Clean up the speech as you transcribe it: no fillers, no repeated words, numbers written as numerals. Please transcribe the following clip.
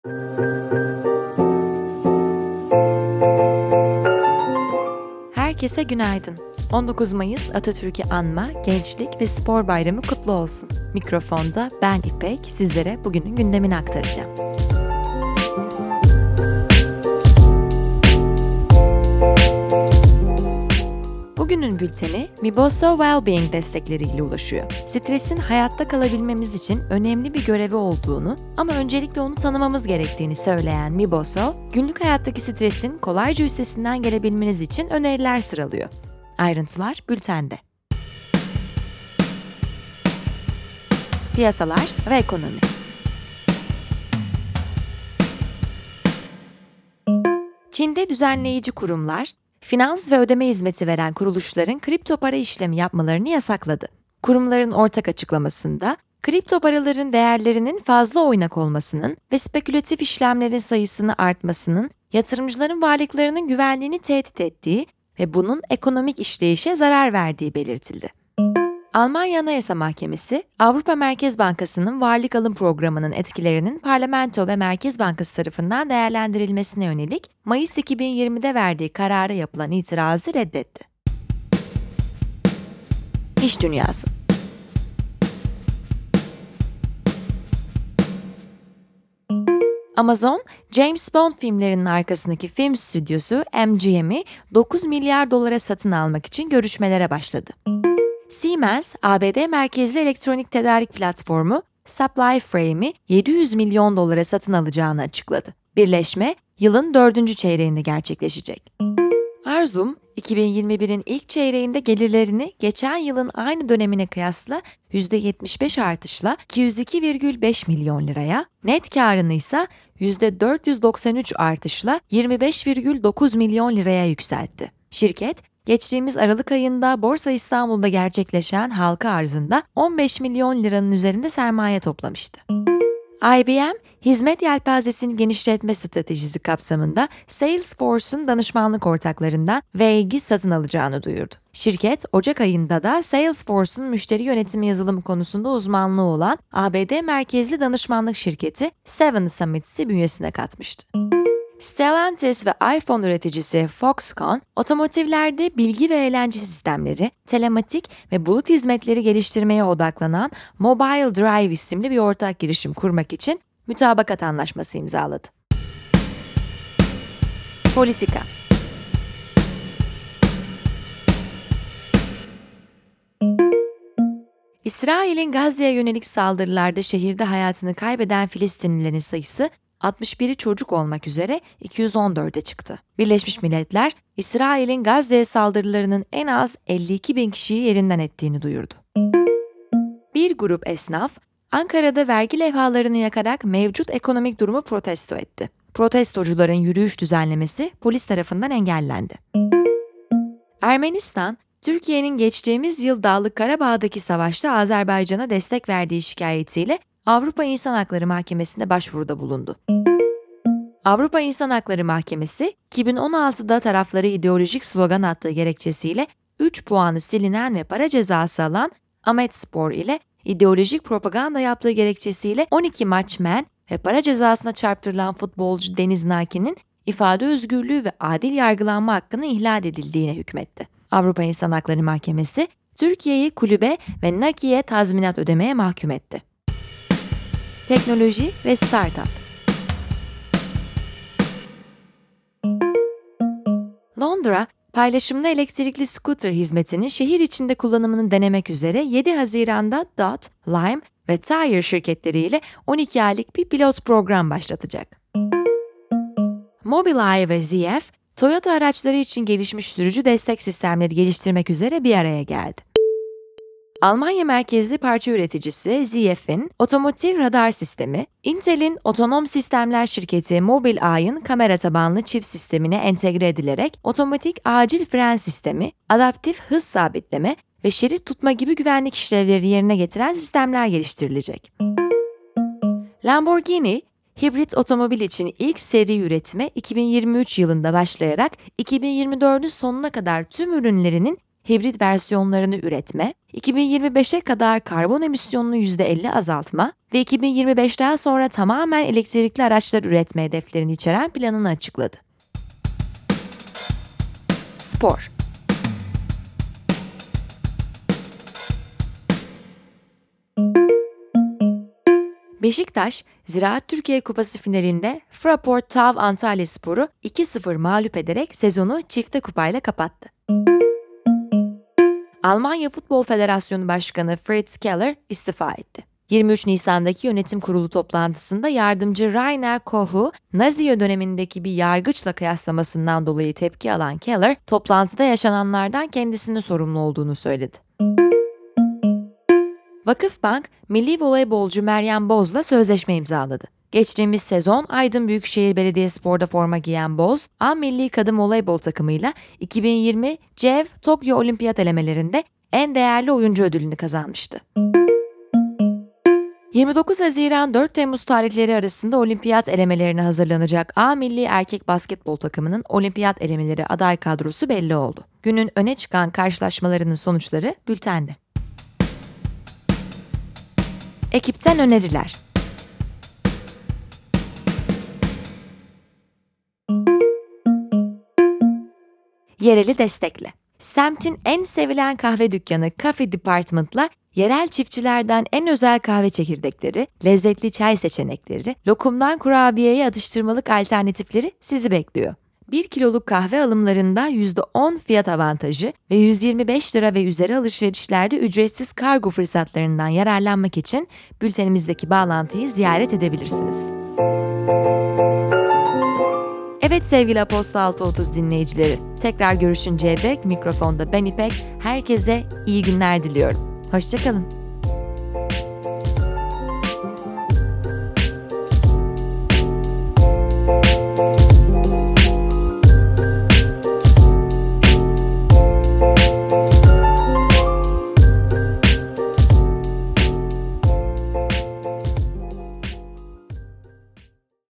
Herkese günaydın. 19 Mayıs Atatürk'ü anma, gençlik ve spor bayramı kutlu olsun. Mikrofonda ben İpek, sizlere bugünün gündemini aktaracağım. Bugünün bülteni Miboso Wellbeing destekleriyle ulaşıyor. Stresin hayatta kalabilmemiz için önemli bir görevi olduğunu ama öncelikle onu tanımamız gerektiğini söyleyen Miboso, günlük hayattaki stresin kolayca üstesinden gelebilmeniz için öneriler sıralıyor. Ayrıntılar bültende. Piyasalar ve ekonomi. Çin'de düzenleyici kurumlar, finans ve ödeme hizmeti veren kuruluşların kripto para işlemi yapmalarını yasakladı. Kurumların ortak açıklamasında, kripto paraların değerlerinin fazla oynak olmasının ve spekülatif işlemlerin sayısını artmasının yatırımcıların varlıklarının güvenliğini tehdit ettiği ve bunun ekonomik işleyişe zarar verdiği belirtildi. Almanya Anayasa Mahkemesi, Avrupa Merkez Bankası'nın varlık alım programının etkilerinin Parlamento ve Merkez Bankası tarafından değerlendirilmesine yönelik Mayıs 2020'de verdiği karara yapılan itirazı reddetti. İş dünyası. Amazon, James Bond filmlerinin arkasındaki film stüdyosu MGM'i 9 milyar dolara satın almak için görüşmelere başladı. Siemens, ABD merkezli elektronik tedarik platformu Supplyframe'i 700 milyon dolara satın alacağını açıkladı. Birleşme, yılın 4. çeyreğinde gerçekleşecek. Arzum, 2021'in ilk çeyreğinde gelirlerini geçen yılın aynı dönemine kıyasla %75 artışla 202,5 milyon liraya, net karını ise %493 artışla 25,9 milyon liraya yükseltti. Şirket, geçtiğimiz Aralık ayında Borsa İstanbul'da gerçekleşen halka arzında 15 milyon liranın üzerinde sermaye toplamıştı. IBM, hizmet yelpazesini genişletme stratejisi kapsamında Salesforce'un danışmanlık ortaklarından Vaig'i satın alacağını duyurdu. Şirket, Ocak ayında da Salesforce'un müşteri yönetimi yazılımı konusunda uzmanlığı olan ABD merkezli danışmanlık şirketi Seven Summits'i bünyesine katmıştı. Stellantis ve iPhone üreticisi Foxconn, otomotivlerde bilgi ve eğlence sistemleri, telematik ve bulut hizmetleri geliştirmeye odaklanan Mobile Drive isimli bir ortak girişim kurmak için mütabakat anlaşması imzaladı. Politika. İsrail'in Gazze'ye yönelik saldırılarda şehirde hayatını kaybeden Filistinlilerin sayısı 61'i çocuk olmak üzere 214'e çıktı. Birleşmiş Milletler, İsrail'in Gazze'ye saldırılarının en az 52 bin kişiyi yerinden ettiğini duyurdu. Bir grup esnaf, Ankara'da vergi levhalarını yakarak mevcut ekonomik durumu protesto etti. Protestocuların yürüyüş düzenlemesi polis tarafından engellendi. Ermenistan, Türkiye'nin geçtiğimiz yıl Dağlık Karabağ'daki savaşta Azerbaycan'a destek verdiği şikayetiyle Avrupa İnsan Hakları Mahkemesi'nde başvuruda bulundu. Avrupa İnsan Hakları Mahkemesi, 2016'da tarafları ideolojik slogan attığı gerekçesiyle 3 puanı silinen ve para cezası alan Ahmetspor ile ideolojik propaganda yaptığı gerekçesiyle 12 maç men ve para cezasına çarptırılan futbolcu Deniz Naki'nin ifade özgürlüğü ve adil yargılanma hakkının ihlal edildiğine hükmetti. Avrupa İnsan Hakları Mahkemesi, Türkiye'yi kulübe ve Naki'ye tazminat ödemeye mahkum etti. Teknoloji ve Startup. Londra, paylaşımlı elektrikli scooter hizmetinin şehir içinde kullanımını denemek üzere 7 Haziran'da Dot, Lime ve Tire şirketleriyle 12 aylık bir pilot program başlatacak. Mobileye ve ZF, Toyota araçları için gelişmiş sürücü destek sistemleri geliştirmek üzere bir araya geldi. Almanya merkezli parça üreticisi ZF'in otomotiv radar sistemi, Intel'in otonom sistemler şirketi Mobileye'ın kamera tabanlı çip sistemine entegre edilerek otomatik acil fren sistemi, adaptif hız sabitleme ve şerit tutma gibi güvenlik işlevleri yerine getiren sistemler geliştirilecek. Lamborghini, hibrit otomobil için ilk seri üretime 2023 yılında başlayarak 2024'ün sonuna kadar tüm ürünlerinin hibrit versiyonlarını üretme, 2025'e kadar karbon emisyonunu %50 azaltma ve 2025'ten sonra tamamen elektrikli araçlar üretme hedeflerini içeren planını açıkladı. Spor. Beşiktaş, Ziraat Türkiye Kupası finalinde Fraport TAV Antalyaspor'u 2-0 mağlup ederek sezonu çifte kupayla kapattı. Almanya Futbol Federasyonu Başkanı Fritz Keller istifa etti. 23 Nisan'daki yönetim kurulu toplantısında yardımcı Rainer Koch'u Nazi dönemindeki bir yargıçla kıyaslamasından dolayı tepki alan Keller, toplantıda yaşananlardan kendisinin sorumlu olduğunu söyledi. Vakıfbank, milli voleybolcu Meryem Boz'la sözleşme imzaladı. Geçtiğimiz sezon Aydın Büyükşehir Belediyespor'da forma giyen Boz, A Milli Kadın Voleybol takımıyla 2020 CEV Tokyo Olimpiyat elemelerinde en değerli oyuncu ödülünü kazanmıştı. 29 Haziran 4 Temmuz tarihleri arasında olimpiyat elemelerine hazırlanacak A Milli Erkek Basketbol takımının olimpiyat elemeleri aday kadrosu belli oldu. Günün öne çıkan karşılaşmalarının sonuçları bültende. Ekipten öneriler. Yereli destekle. Semtin en sevilen kahve dükkanı Coffee Department'la yerel çiftçilerden en özel kahve çekirdekleri, lezzetli çay seçenekleri, lokumdan kurabiyeye atıştırmalık alternatifleri sizi bekliyor. 1 kiloluk kahve alımlarında %10 fiyat avantajı ve 125 lira ve üzeri alışverişlerde ücretsiz kargo fırsatlarından yararlanmak için bültenimizdeki bağlantıyı ziyaret edebilirsiniz. Evet sevgili Aposto 630 dinleyicileri, tekrar görüşünceye dek mikrofonda ben İpek, herkese iyi günler diliyorum. Hoşça kalın.